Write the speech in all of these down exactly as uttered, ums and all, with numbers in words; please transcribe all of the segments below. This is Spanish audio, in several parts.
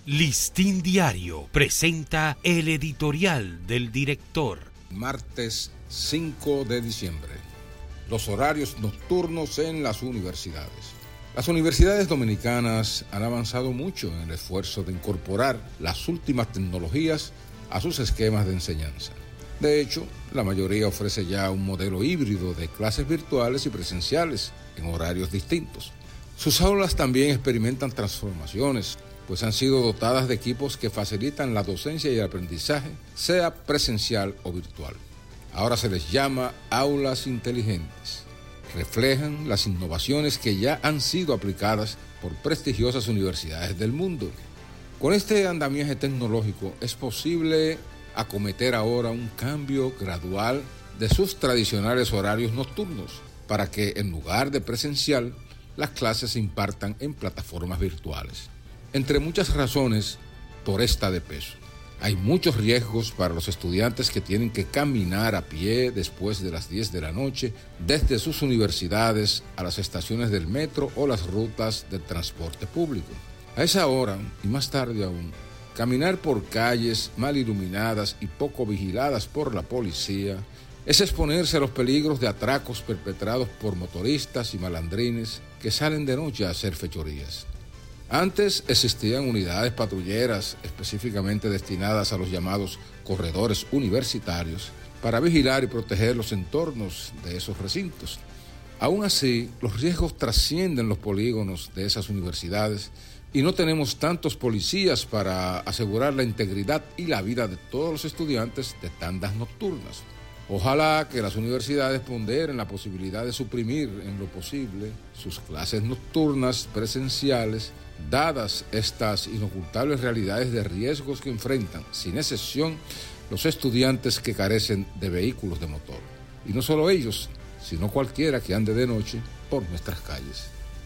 Listín Diario presenta el editorial del director. Martes cinco de diciembre. Los horarios nocturnos en las universidades. Las universidades dominicanas han avanzado mucho en el esfuerzo de incorporar las últimas tecnologías a sus esquemas de enseñanza. De hecho, la mayoría ofrece ya un modelo híbrido de clases virtuales y presenciales en horarios distintos. Sus aulas también experimentan transformaciones, pues han sido dotadas de equipos que facilitan la docencia y el aprendizaje, sea presencial o virtual. Ahora se les llama aulas inteligentes. Reflejan las innovaciones que ya han sido aplicadas por prestigiosas universidades del mundo. Con este andamiaje tecnológico es posible acometer ahora un cambio gradual de sus tradicionales horarios nocturnos para que en lugar de presencial, las clases se impartan en plataformas virtuales. Entre muchas razones, por esta de peso. Hay muchos riesgos para los estudiantes que tienen que caminar a pie después de las diez de la noche desde sus universidades a las estaciones del metro o las rutas del transporte público. A esa hora, y más tarde aún, caminar por calles mal iluminadas y poco vigiladas por la policía es exponerse a los peligros de atracos perpetrados por motoristas y malandrines que salen de noche a hacer fechorías. Antes existían unidades patrulleras específicamente destinadas a los llamados corredores universitarios para vigilar y proteger los entornos de esos recintos. Aún así, los riesgos trascienden los polígonos de esas universidades y no tenemos tantos policías para asegurar la integridad y la vida de todos los estudiantes de tandas nocturnas. Ojalá que las universidades ponderen la posibilidad de suprimir en lo posible sus clases nocturnas presenciales, dadas estas inocultables realidades de riesgos que enfrentan, sin excepción, los estudiantes que carecen de vehículos de motor. Y no solo ellos, sino cualquiera que ande de noche por nuestras calles.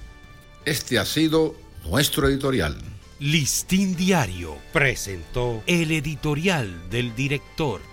Este ha sido nuestro editorial. Listín Diario presentó el editorial del director.